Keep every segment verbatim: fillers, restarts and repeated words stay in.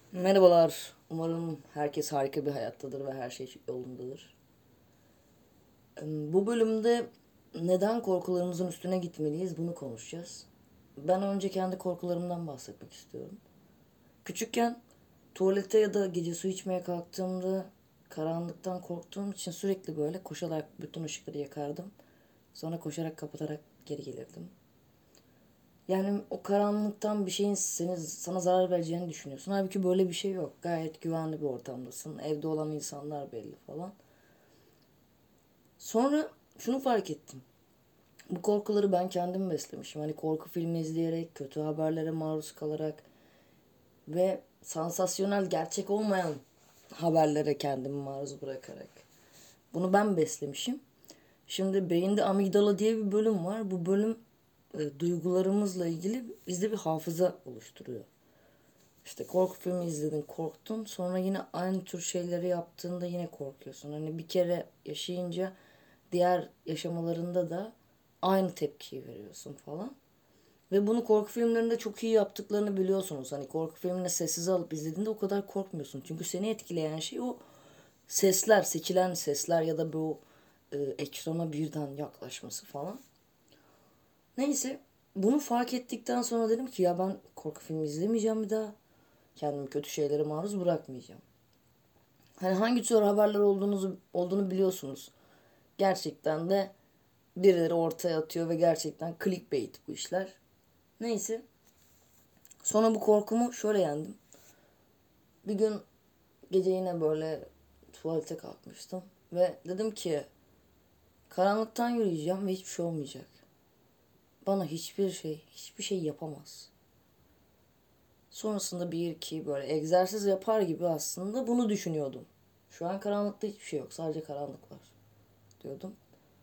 Merhabalar. Umarım herkes harika bir hayattadır ve her şey yolundadır. Bu bölümde neden korkularımızın üstüne gitmeliyiz bunu konuşacağız. Ben önce kendi korkularımdan bahsetmek istiyorum. Küçükken tuvalete ya da gece su içmeye kalktığımda karanlıktan korktuğum için sürekli böyle koşarak bütün ışıkları yakardım. Sonra koşarak kapatarak geri gelirdim. Yani o karanlıktan bir şeyin seni, sana zarar vereceğini düşünüyorsun. Halbuki böyle bir şey yok. Gayet güvenli bir ortamdasın. Evde olan insanlar belli falan. Sonra şunu fark ettim. Bu korkuları ben kendim beslemişim. Hani korku filmi izleyerek, kötü haberlere maruz kalarak ve sansasyonel gerçek olmayan haberlere kendimi maruz bırakarak. Bunu ben beslemişim. Şimdi beyinde amigdala diye bir bölüm var. Bu bölüm e, duygularımızla ilgili bizde bir hafıza oluşturuyor. İşte korku filmi izledin, korktun. Sonra yine aynı tür şeyleri yaptığında yine korkuyorsun. Hani bir kere yaşayınca diğer yaşamalarında da aynı tepkiyi veriyorsun falan. Ve bunu korku filmlerinde çok iyi yaptıklarını biliyorsunuz. Hani korku filmini sessiz alıp izlediğinde o kadar korkmuyorsun. Çünkü seni etkileyen şey o sesler, seçilen sesler ya da bu e, ekrana birden yaklaşması falan. Neyse bunu fark ettikten sonra dedim ki ya ben korku filmi izlemeyeceğim bir daha. Kendimi kötü şeylere maruz bırakmayacağım. Hani hangi tür haberler olduğunuzu olduğunu biliyorsunuz. Gerçekten de birileri ortaya atıyor ve gerçekten clickbait bu işler. Neyse. Sonra bu korkumu şöyle yendim. Bir gün gece yine böyle tuvalete kalkmıştım. Ve dedim ki karanlıktan yürüyeceğim ve hiçbir şey olmayacak. Bana hiçbir şey, hiçbir şey yapamaz. Sonrasında bir iki böyle egzersiz yapar gibi aslında bunu düşünüyordum. Şu an karanlıkta hiçbir şey yok. Sadece karanlık var diyordum.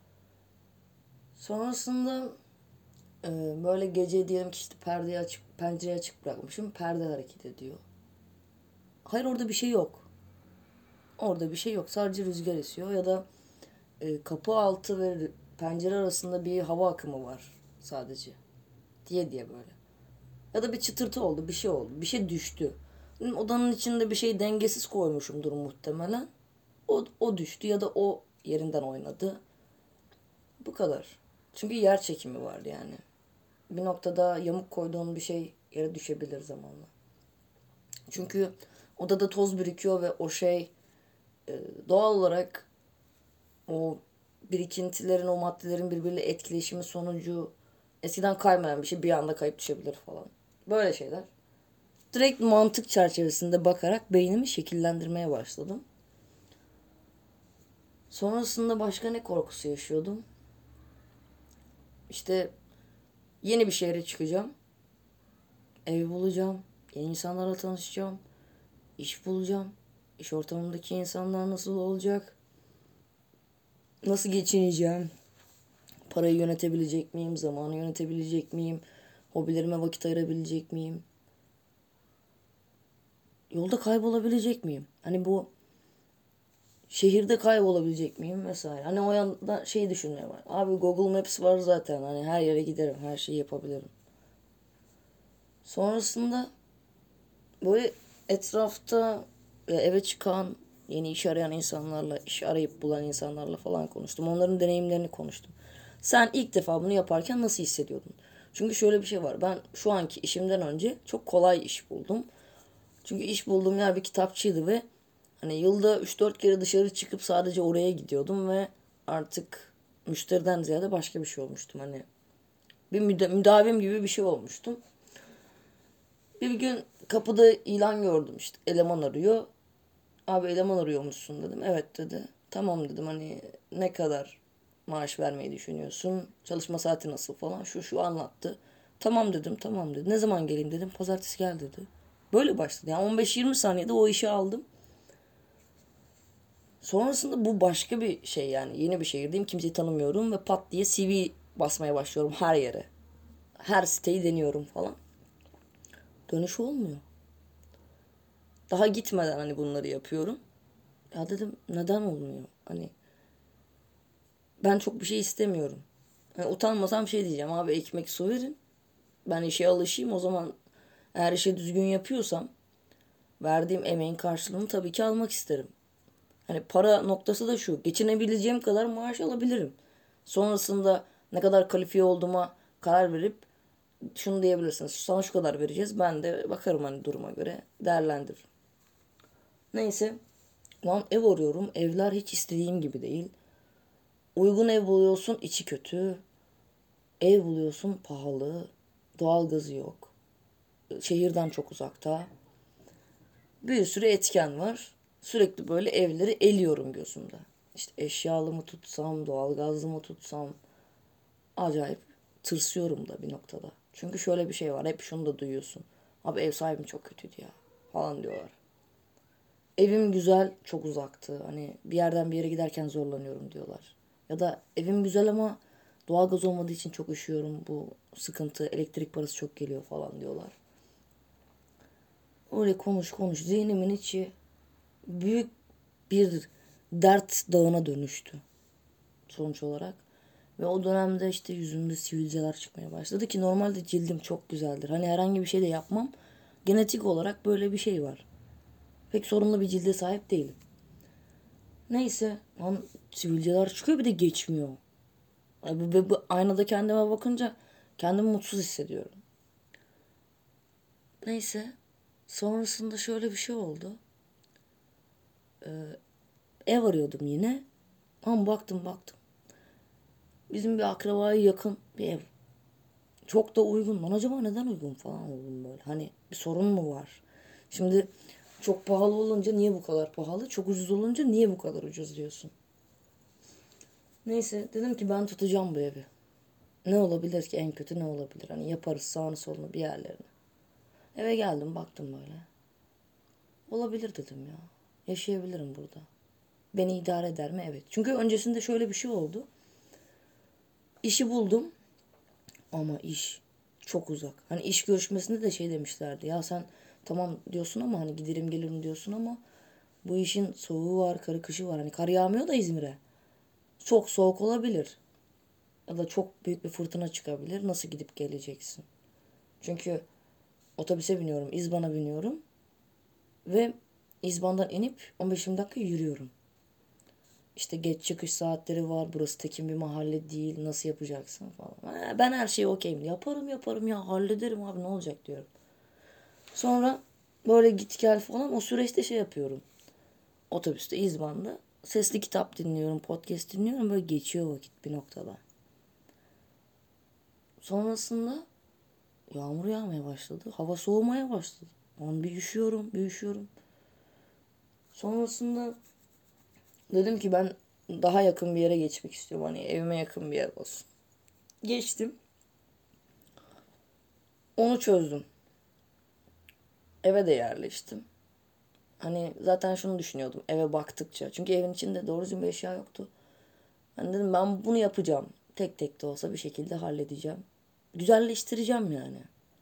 Sonrasında e, böyle gece diyelim ki işte perdeyi açık, pencereyi açık bırakmışım. Perde hareket ediyor. Hayır orada bir şey yok. Orada bir şey yok. Sadece rüzgar esiyor ya da e, kapı altı ve pencere arasında bir hava akımı var sadece. Diye diye böyle. Ya da bir çıtırtı oldu, bir şey oldu. Bir şey düştü. Odanın içinde bir şey dengesiz koymuşumdur muhtemelen. O, o düştü ya da o yerinden oynadı. Bu kadar. Çünkü yer çekimi var yani. Bir noktada yamuk koyduğun bir şey yere düşebilir zamanla. Çünkü odada toz birikiyor ve o şey e, doğal olarak o birikintilerin, o maddelerin birbiriyle etkileşimi sonucu eskiden kaymayan bir şey bir anda kayıp düşebilir falan. Böyle şeyler. Direkt mantık çerçevesinde bakarak beynimi şekillendirmeye başladım. Sonrasında başka ne korkusu yaşıyordum? İşte yeni bir şehre çıkacağım. Ev bulacağım. Yeni insanlarla tanışacağım. İş bulacağım. İş ortamındaki insanlar nasıl olacak? Nasıl geçineceğim? Parayı yönetebilecek miyim? Zamanı yönetebilecek miyim? Hobilerime vakit ayırabilecek miyim? Yolda kaybolabilecek miyim? Hani bu şehirde kaybolabilecek miyim vesaire. Hani o yanda şey düşünmeye var. Abi Google Maps var zaten. Hani her yere giderim. Her şeyi yapabilirim. Sonrasında böyle etrafta eve çıkan yeni iş arayan insanlarla, iş arayıp bulan insanlarla falan konuştum. Onların deneyimlerini konuştum. Sen ilk defa bunu yaparken nasıl hissediyordun? Çünkü şöyle bir şey var. Ben şu anki işimden önce çok kolay iş buldum. Çünkü iş bulduğum yer bir kitapçıydı ve hani yılda üç dört kere dışarı çıkıp sadece oraya gidiyordum ve artık müşteriden ziyade başka bir şey olmuştum. Hani bir müda- müdavim gibi bir şey olmuştum. Bir gün kapıda ilan gördüm işte eleman arıyor. Abi eleman arıyormuşsun dedim. Evet dedi. Tamam dedim hani ne kadar maaş vermeyi düşünüyorsun? Çalışma saati nasıl falan şu şu anlattı. Tamam dedim tamam dedi. Ne zaman geleyim dedim. Pazartesi gel dedi. Böyle başladı. Yani on beş yirmi saniyede o işi aldım. Sonrasında bu başka bir şey yani yeni bir şehirdeyim kimseyi tanımıyorum ve pat diye C V basmaya başlıyorum her yere. Her siteyi deniyorum falan. Dönüş olmuyor. Daha gitmeden hani bunları yapıyorum. Ya dedim neden olmuyor? Hani ben çok bir şey istemiyorum. Yani utanmasam şey diyeceğim abi ekmek su verin. Ben işe alışayım o zaman eğer işe düzgün yapıyorsam verdiğim emeğin karşılığını tabii ki almak isterim. Hani para noktası da şu. Geçinebileceğim kadar maaş alabilirim. Sonrasında ne kadar kalifiye olduğuma karar verip şunu diyebilirsiniz. Sana şu kadar vereceğiz. Ben de bakarım hani duruma göre değerlendiririm. Neyse. Lan ev arıyorum. Evler hiç istediğim gibi değil. Uygun ev buluyorsun, içi kötü. Ev buluyorsun, pahalı. Doğalgazı yok. Şehirden çok uzakta. Bir sürü etken var. Sürekli böyle evleri eliyorum gözümde. İşte eşyalı mı tutsam, doğalgazlı mı tutsam. Acayip tırsıyorum da bir noktada. Çünkü şöyle bir şey var. Hep şunu da duyuyorsun. Abi ev sahibim çok kötüydü ya falan diyorlar. Evim güzel, çok uzaktı. Hani bir yerden bir yere giderken zorlanıyorum diyorlar. Ya da evim güzel ama doğalgaz olmadığı için çok üşüyorum. Bu sıkıntı, elektrik parası çok geliyor falan diyorlar. Öyle konuş konuş. Zihnimin içi büyük bir dert dağına dönüştü sonuç olarak. Ve o dönemde işte yüzümde sivilceler çıkmaya başladı ki normalde cildim çok güzeldir. Hani herhangi bir şey de yapmam. Genetik olarak böyle bir şey var. Pek sorunlu bir cilde sahip değilim. Neyse. Lan sivilceler çıkıyor bir de geçmiyor. Ve bu, bu aynada kendime bakınca kendimi mutsuz hissediyorum. Neyse. Sonrasında şöyle bir şey oldu. Ee, ev arıyordum yine. Ama baktım baktım. Bizim bir akrabaya yakın bir ev. Çok da uygun. Lan acaba neden uygun falan oldum böyle. Hani bir sorun mu var? Şimdi çok pahalı olunca niye bu kadar pahalı? Çok ucuz olunca niye bu kadar ucuz diyorsun? Neyse dedim ki ben tutacağım bu evi. Ne olabilir ki en kötü ne olabilir? Hani yaparız sağını solunu bir yerlerini. Eve geldim baktım böyle. Olabilir dedim ya. Yaşayabilirim burada. Beni idare eder mi? Evet. Çünkü öncesinde şöyle bir şey oldu. İşi buldum ama iş çok uzak. Hani iş görüşmesinde de şey demişlerdi. Ya sen tamam diyorsun ama hani giderim gelirim diyorsun ama bu işin soğuğu var, karı kışı var. Hani kar yağmıyor da İzmir'e. Çok soğuk olabilir. Ya da çok büyük bir fırtına çıkabilir. Nasıl gidip geleceksin? Çünkü otobüse biniyorum, İzban'a biniyorum ve İzban'dan inip on beş yirmi dakika yürüyorum. İşte geç çıkış saatleri var. Burası tekin bir mahalle değil. Nasıl yapacaksın falan. Ben her şeyi okeyim. Yaparım yaparım ya hallederim abi ne olacak diyorum. Sonra böyle git gel falan o süreçte şey yapıyorum. Otobüste İzban'da sesli kitap dinliyorum, podcast dinliyorum. Böyle geçiyor vakit bir noktada. Sonrasında yağmur yağmaya başladı. Hava soğumaya başladı. Ben bir üşüyorum, bir üşüyorum. Sonrasında dedim ki ben daha yakın bir yere geçmek istiyorum. Hani evime yakın bir yer olsun. Geçtim. Onu çözdüm. Eve de yerleştim. Hani zaten şunu düşünüyordum eve baktıkça. Çünkü evin içinde doğru düzgün bir eşya yoktu. Hani dedim ben bunu yapacağım. Tek tek de olsa bir şekilde halledeceğim. Güzelleştireceğim yani.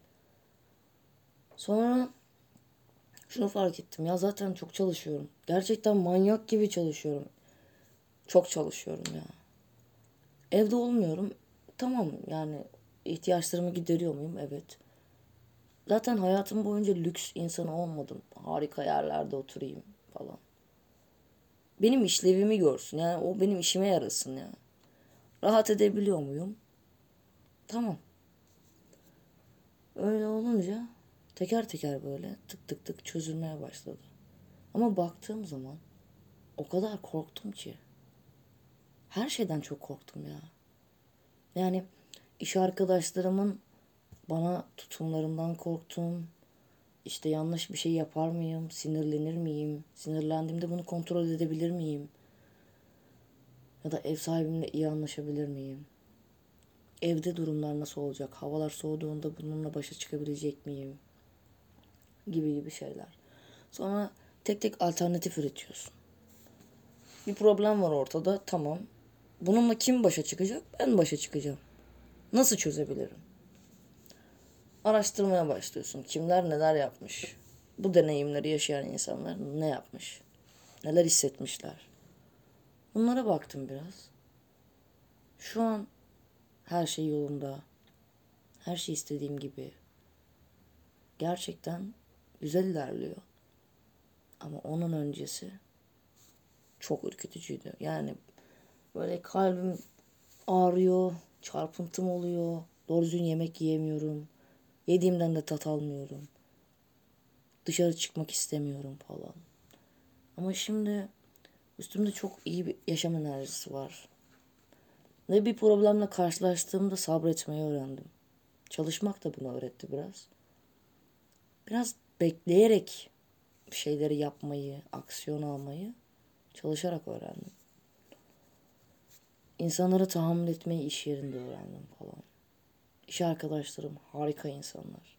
Sonra şunu fark ettim. Ya zaten çok çalışıyorum. Gerçekten manyak gibi çalışıyorum. Çok çalışıyorum ya. Evde olmuyorum. Tamam yani ihtiyaçlarımı gideriyor muyum? Evet. Zaten hayatım boyunca lüks insanı olmadım. Harika yerlerde oturayım falan. Benim işlevimi görsün. Yani o benim işime yarasın ya. Rahat edebiliyor muyum? Tamam. Öyle olunca teker teker böyle tık tık tık çözülmeye başladı. Ama baktığım zaman o kadar korktum ki. Her şeyden çok korktum ya. Yani iş arkadaşlarımın bana tutumlarından korktum. İşte yanlış bir şey yapar mıyım? Sinirlenir miyim? Sinirlendiğimde bunu kontrol edebilir miyim? Ya da ev sahibimle iyi anlaşabilir miyim? Evde durumlar nasıl olacak? Havalar soğuduğunda bununla başa çıkabilecek miyim? Gibi gibi şeyler. Sonra tek tek alternatif üretiyorsun. Bir problem var ortada. Tamam. Bununla kim başa çıkacak? Ben başa çıkacağım. Nasıl çözebilirim? Araştırmaya başlıyorsun. Kimler neler yapmış? Bu deneyimleri yaşayan insanlar ne yapmış? Neler hissetmişler? Bunlara baktım biraz. Şu an her şey yolunda. Her şey istediğim gibi. Gerçekten güzel ilerliyor. Ama onun öncesi çok ürkütücüydü. Yani böyle kalbim ağrıyor, çarpıntım oluyor, doğru düzgün yemek yiyemiyorum. Yediğimden de tat almıyorum. Dışarı çıkmak istemiyorum falan. Ama şimdi üstümde çok iyi bir yaşam enerjisi var. Ve bir problemle karşılaştığımda sabretmeyi öğrendim. Çalışmak da bunu öğretti biraz. Biraz bekleyerek bir şeyleri yapmayı, aksiyon almayı çalışarak öğrendim. İnsanlara tahammül etmeyi iş yerinde öğrendim falan. İş arkadaşlarım harika insanlar.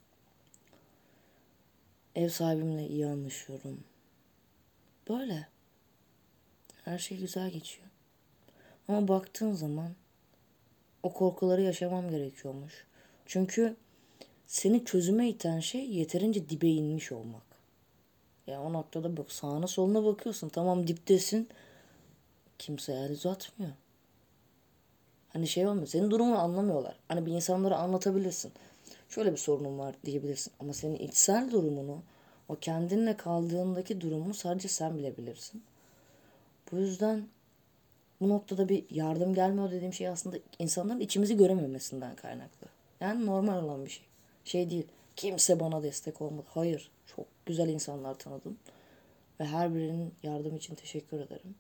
Ev sahibimle iyi anlaşıyorum. Böyle. Her şey güzel geçiyor. Ama baktığın zaman o korkuları yaşamam gerekiyormuş. Çünkü seni çözüme iten şey yeterince dibe inmiş olmak. Ya o noktada bak, sağına soluna bakıyorsun. Tamam, diptesin. Kimse el uzatmıyor. Hani şey olmuyor. Senin durumunu anlamıyorlar. Hani bir insanlara anlatabilirsin. Şöyle bir sorunum var diyebilirsin. Ama senin içsel durumunu, o kendinle kaldığındaki durumunu sadece sen bilebilirsin. Bu yüzden bu noktada bir yardım gelmiyor dediğim şey aslında insanların içimizi görememesinden kaynaklı. Yani normal olan bir şey. Şey değil. Kimse bana destek olmadı. Hayır. Çok güzel insanlar tanıdım. Ve her birinin yardım için teşekkür ederim.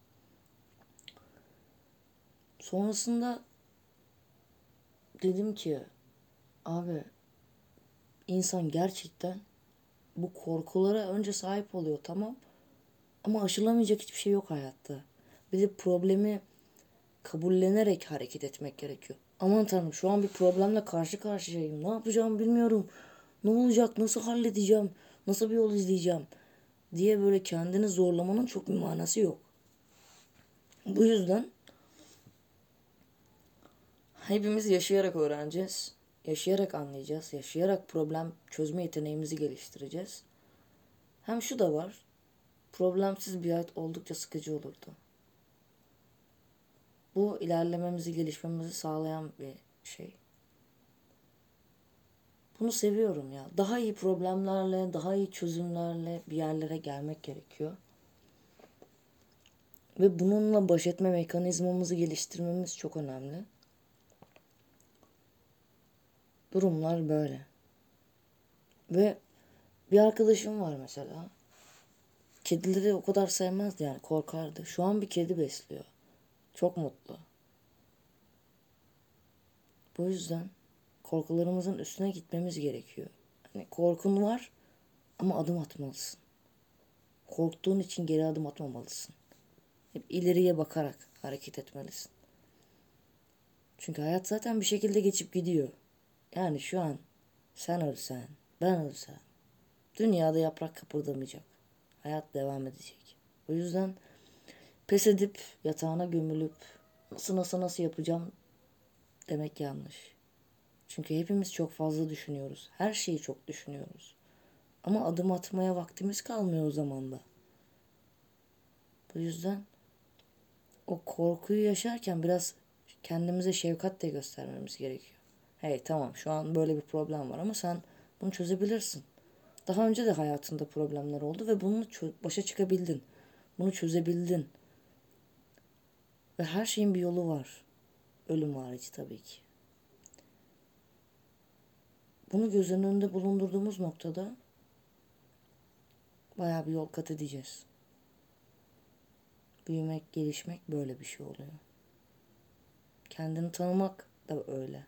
Sonrasında dedim ki abi, insan gerçekten bu korkulara önce sahip oluyor, tamam. Ama aşılamayacak hiçbir şey yok hayatta. Bir de problemi kabullenerek hareket etmek gerekiyor. Aman tanrım, şu an bir problemle karşı karşıyayım. Ne yapacağımı bilmiyorum. Ne olacak? Nasıl halledeceğim? Nasıl bir yol izleyeceğim? Diye böyle kendini zorlamanın çok bir manası yok. Bu yüzden hepimiz yaşayarak öğreneceğiz. Yaşayarak anlayacağız. Yaşayarak problem çözme yeteneğimizi geliştireceğiz. Hem şu da var. Problemsiz bir hayat oldukça sıkıcı olurdu. Bu ilerlememizi, gelişmemizi sağlayan bir şey. Bunu seviyorum ya. Daha iyi problemlerle, daha iyi çözümlerle bir yerlere gelmek gerekiyor. Ve bununla baş etme mekanizmamızı geliştirmemiz çok önemli. Durumlar böyle. Ve bir arkadaşım var mesela. Kedileri o kadar sevmezdi, yani korkardı. Şu an bir kedi besliyor. Çok mutlu. Bu yüzden korkularımızın üstüne gitmemiz gerekiyor. Hani korkun var ama adım atmalısın. Korktuğun için geri adım atmamalısın. Hep ileriye bakarak hareket etmelisin. Çünkü hayat zaten bir şekilde geçip gidiyor. Yani şu an sen ölsen, ben ölsem, dünyada yaprak kıpırdamayacak. Hayat devam edecek. O yüzden pes edip yatağına gömülüp nasıl nasıl nasıl yapacağım demek yanlış. Çünkü hepimiz çok fazla düşünüyoruz. Her şeyi çok düşünüyoruz. Ama adım atmaya vaktimiz kalmıyor o zaman da. Bu yüzden o korkuyu yaşarken biraz kendimize şefkat de göstermemiz gerekiyor. Hey tamam, şu an böyle bir problem var ama sen bunu çözebilirsin. Daha önce de hayatında problemler oldu ve bunu başa çıkabildin. Bunu çözebildin. Ve her şeyin bir yolu var. Ölüm hariç tabii ki. Bunu göz önünde bulundurduğumuz noktada bayağı bir yol kat edeceğiz. Büyümek, gelişmek böyle bir şey oluyor. Kendini tanımak da öyle.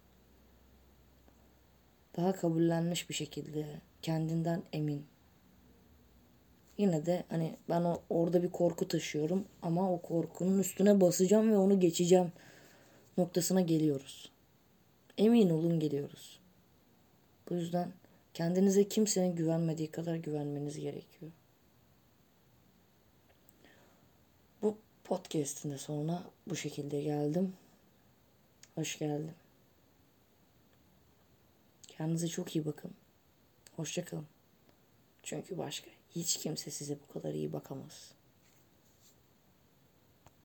Daha kabullenmiş bir şekilde, kendinden emin. Yine de hani ben o, orada bir korku taşıyorum ama o korkunun üstüne basacağım ve onu geçeceğim noktasına geliyoruz. Emin olun, geliyoruz. Bu yüzden kendinize kimsenin güvenmediği kadar güvenmeniz gerekiyor. Bu podcast'in de sonuna bu şekilde geldim. Hoş geldim. Kendinize çok iyi bakın. Hoşça kalın. Çünkü başka hiç kimse size bu kadar iyi bakamaz.